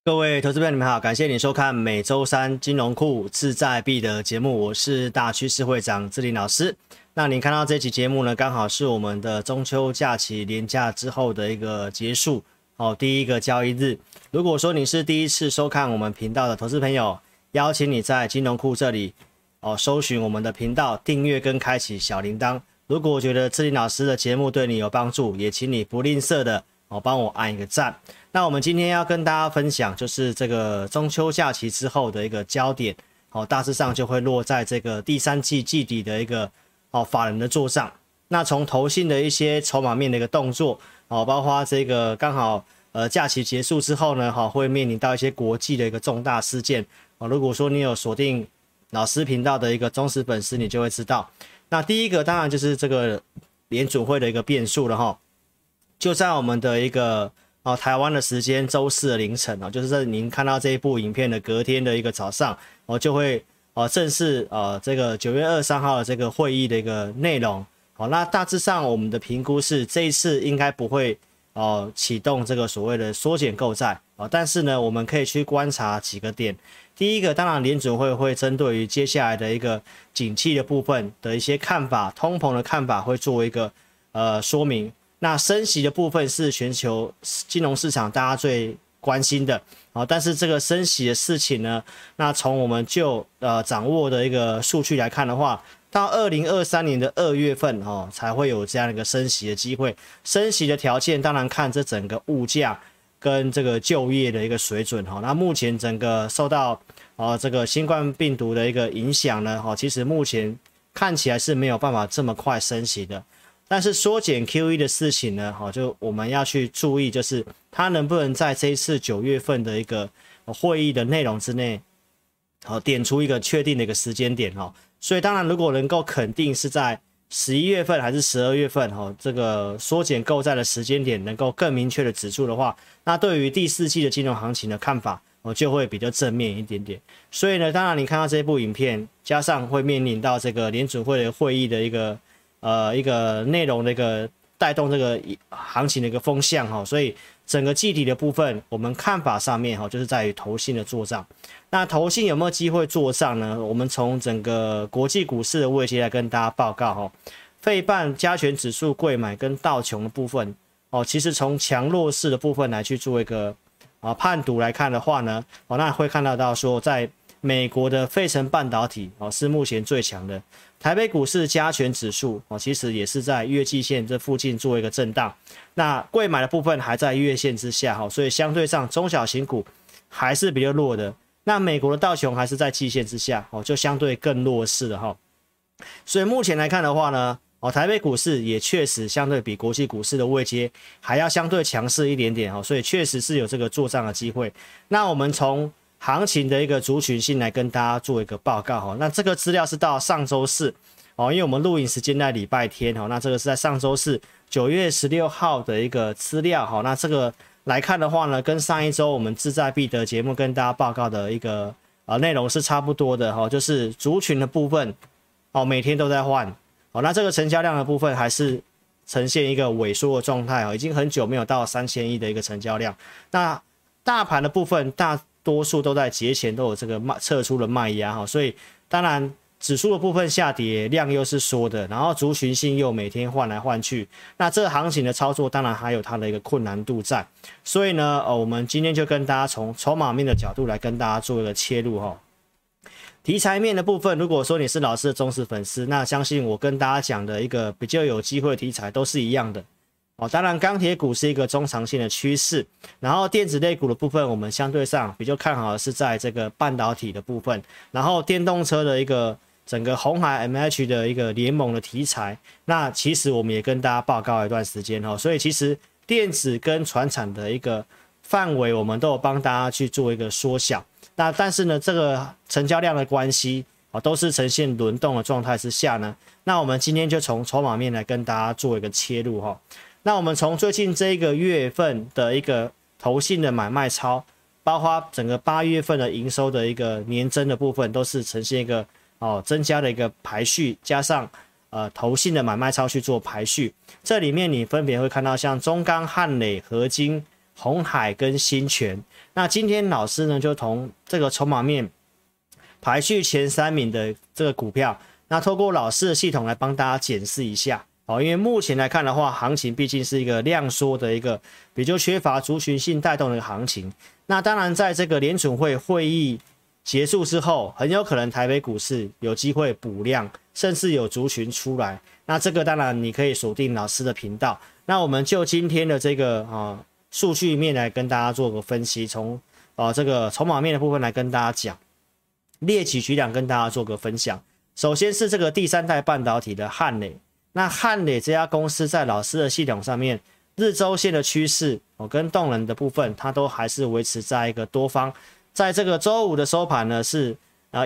各位投资朋友，你们好，感谢你收看每周三金融库志在必得节目，我是大趋势会长志林老师。那你看到这期节目呢，刚好是我们的中秋假期连假之后的一个结束第一个交易日。如果说你是第一次收看我们频道的投资朋友，邀请你在金融库这里搜寻我们的频道，订阅跟开启小铃铛。如果觉得志林老师的节目对你有帮助，也请你不吝啬的帮我按一个赞。那我们今天要跟大家分享，就是这个中秋假期之后的一个焦点，大致上就会落在这个第三季季底的一个法人的做账。那从投信的一些筹码面的一个动作，包括这个刚好假期结束之后呢，会面临到一些国际的一个重大事件。如果说你有锁定老师频道的一个忠实粉丝，你就会知道。那第一个当然就是这个联准会的一个变数了哈，就在我们的一个台湾的时间周四的凌晨就是在您看到这一部影片的隔天的一个早上就会正式这个9月23号的这个会议的一个内容那大致上我们的评估是这一次应该不会启动这个所谓的缩减购债但是呢我们可以去观察几个点。第一个当然联准会会针对于接下来的一个景气的部分的一些看法，通膨的看法会做一个说明。那升息的部分是全球金融市场大家最关心的但是这个升息的事情呢，那从我们就掌握的一个数据来看的话，到2023年的2月份才会有这样一个升息的机会。升息的条件当然看这整个物价跟这个就业的一个水准那目前整个受到这个新冠病毒的一个影响呢其实目前看起来是没有办法这么快升息的。但是缩减 QE 的事情呢就我们要去注意，就是它能不能在这一次9月份的一个会议的内容之内点出一个确定的一个时间点所以当然如果能够肯定是在11月份还是12月份这个缩减购债的时间点能够更明确的指出的话，那对于第四季的金融行情的看法就会比较正面一点点。所以呢当然你看到这部影片，加上会面临到这个联准会的会议的一个内容的一个带动这个行情的一个风向所以整个季底的部分我们看法上面就是在于投信的做账。那投信有没有机会做账呢？我们从整个国际股市的位阶来跟大家报告费半加权指数柜买跟道琼的部分其实从强弱势的部分来去做一个判读来看的话呢那会看到说在美国的费城半导体是目前最强的。台北股市加权指数其实也是在月季线这附近做一个震荡。那柜买的部分还在月线之下所以相对上中小型股还是比较弱的。那美国的道琼还是在季线之下就相对更弱势了所以目前来看的话呢台北股市也确实相对比国际股市的位阶还要相对强势一点点所以确实是有这个做账的机会。那我们从行情的一个族群性来跟大家做一个报告那这个资料是到上周四因为我们录影时间在礼拜天那这个是在上周四9月16号的一个资料那这个来看的话呢，跟上一周我们志在必得节目跟大家报告的一个内容是差不多的就是族群的部分每天都在换那这个成交量的部分还是呈现一个萎缩的状态已经很久没有到3000亿的一个成交量。那大盘的部分大多数都在节前都有这个测出了卖压所以当然指数的部分下跌，量又是缩的，然后族群性又每天换来换去，那这个行情的操作当然还有它的一个困难度在。所以呢我们今天就跟大家从筹码面的角度来跟大家做一个切入题材面的部分，如果说你是老师的忠实粉丝，那相信我跟大家讲的一个比较有机会的题材都是一样的当然钢铁股是一个中长线的趋势，然后电子类股的部分我们相对上比较看好的是在这个半导体的部分，然后电动车的一个整个鸿海 MH 的一个联盟的题材，那其实我们也跟大家报告一段时间所以其实电子跟传产的一个范围我们都有帮大家去做一个缩小。那但是呢这个成交量的关系都是呈现轮动的状态之下呢，那我们今天就从筹码面来跟大家做一个切入那我们从最近这个月份的一个投信的买卖超，包括整个8月份的营收的一个年增的部分，都是呈现一个增加的一个排序，加上投信的买卖超去做排序。这里面你分别会看到像中钢、汉磊、合金鸿海跟新泉。那今天老师呢就从这个筹码面排序前3名的这个股票，那透过老师的系统来帮大家检视一下。因为目前来看的话，行情毕竟是一个量缩的一个比较缺乏族群性带动的一个行情。那当然，在这个联准会会议结束之后，很有可能台北股市有机会补量，甚至有族群出来。那这个当然你可以锁定老师的频道。那我们就今天的这个数据面来跟大家做个分析，从这个筹码面的部分来跟大家讲，列举几档跟大家做个分享。首先是这个第3代半导体的汉磊。那汉磊这家公司在老师的系统上面，日周线的趋势跟动能的部分，它都还是维持在一个多方。在这个周五的收盘呢是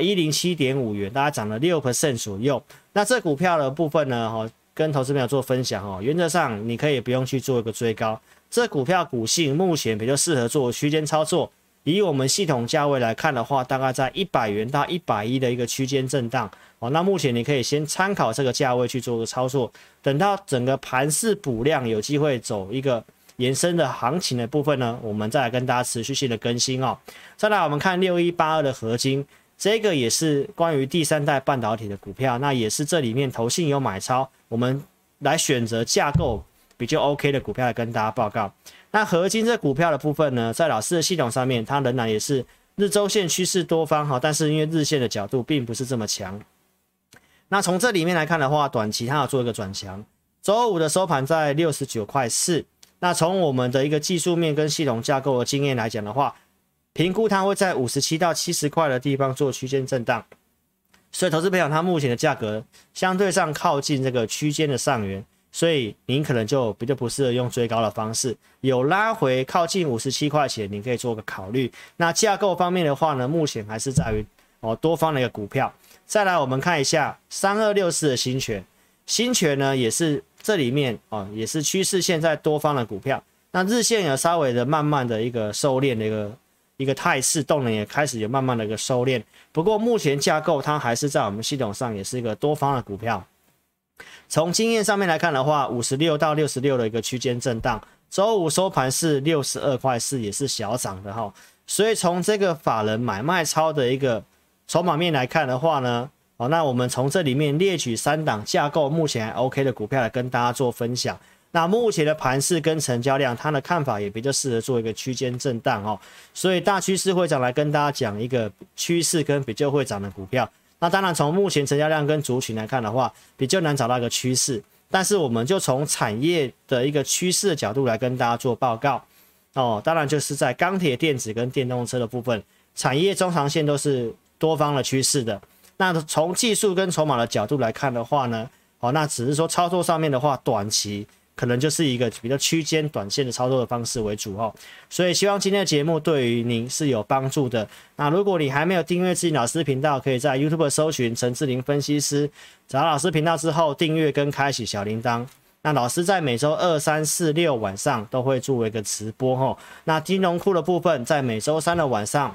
107.5元，大概涨了 6% 左右。那这股票的部分呢，跟投资朋友做分享原则上你可以不用去做一个追高。这股票股性目前比较适合做区间操作。以我们系统价位来看的话，大概在100元到110的一个区间震荡。那目前你可以先参考这个价位去做个操作，等到整个盘势补量有机会走一个延伸的行情的部分呢，我们再来跟大家持续性的更新再来我们看6182的合金，这个也是关于第3代半导体的股票，那也是这里面投信有买超，我们来选择架构比较 OK 的股票来跟大家报告。那合金这股票的部分呢，在老师的系统上面，它仍然也是日周线趋势多方但是因为日线的角度并不是这么强。那从这里面来看的话，短期它要做一个转强。周五的收盘在69.4块。那从我们的一个技术面跟系统架构的经验来讲的话，评估它会在57到70块的地方做区间震荡。所以投资朋友它目前的价格相对上靠近这个区间的上缘。所以您可能就比较不适合用追高的方式，有拉回靠近57块钱，你可以做个考虑。那架构方面的话呢，目前还是在于多方的一个股票。再来我们看一下3264的新泉，新泉呢也是这里面也是趋势线在多方的股票。那日线有稍微的慢慢的一个收敛的一个态势，动能也开始有慢慢的一个收敛。不过目前架构它还是在我们系统上也是一个多方的股票。从经验上面来看的话，56到66的一个区间震荡，周五收盘是62.4块，也是小涨的所以从这个法人买卖超的一个筹码面来看的话呢，那我们从这里面列举3档架构目前还 OK 的股票来跟大家做分享。那目前的盘势跟成交量，它的看法也比较适合做一个区间震荡所以大趋势会长来跟大家讲一个趋势跟比较会涨的股票。那当然从目前成交量跟族群来看的话，比较难找到一个趋势，但是我们就从产业的一个趋势的角度来跟大家做报告当然就是在钢铁电子跟电动车的部分，产业中长线都是多方的趋势的。那从技术跟筹码的角度来看的话呢，那只是说操作上面的话，短期可能就是一个比较区间短线的操作的方式为主所以希望今天的节目对于您是有帮助的。那如果你还没有订阅志霖老师频道，可以在 YouTube 搜寻陈志霖分析师，找到老师频道之后订阅跟开启小铃铛。那老师在每周2、3、4、6晚上都会做一个直播那金融库的部分在每周3的晚上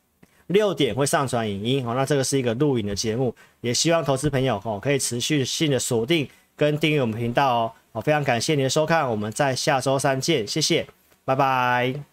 6点会上传影音那这个是一个录影的节目，也希望投资朋友可以持续性的锁定跟订阅我们频道非常感谢您的收看，我们在下周3见，谢谢，拜拜。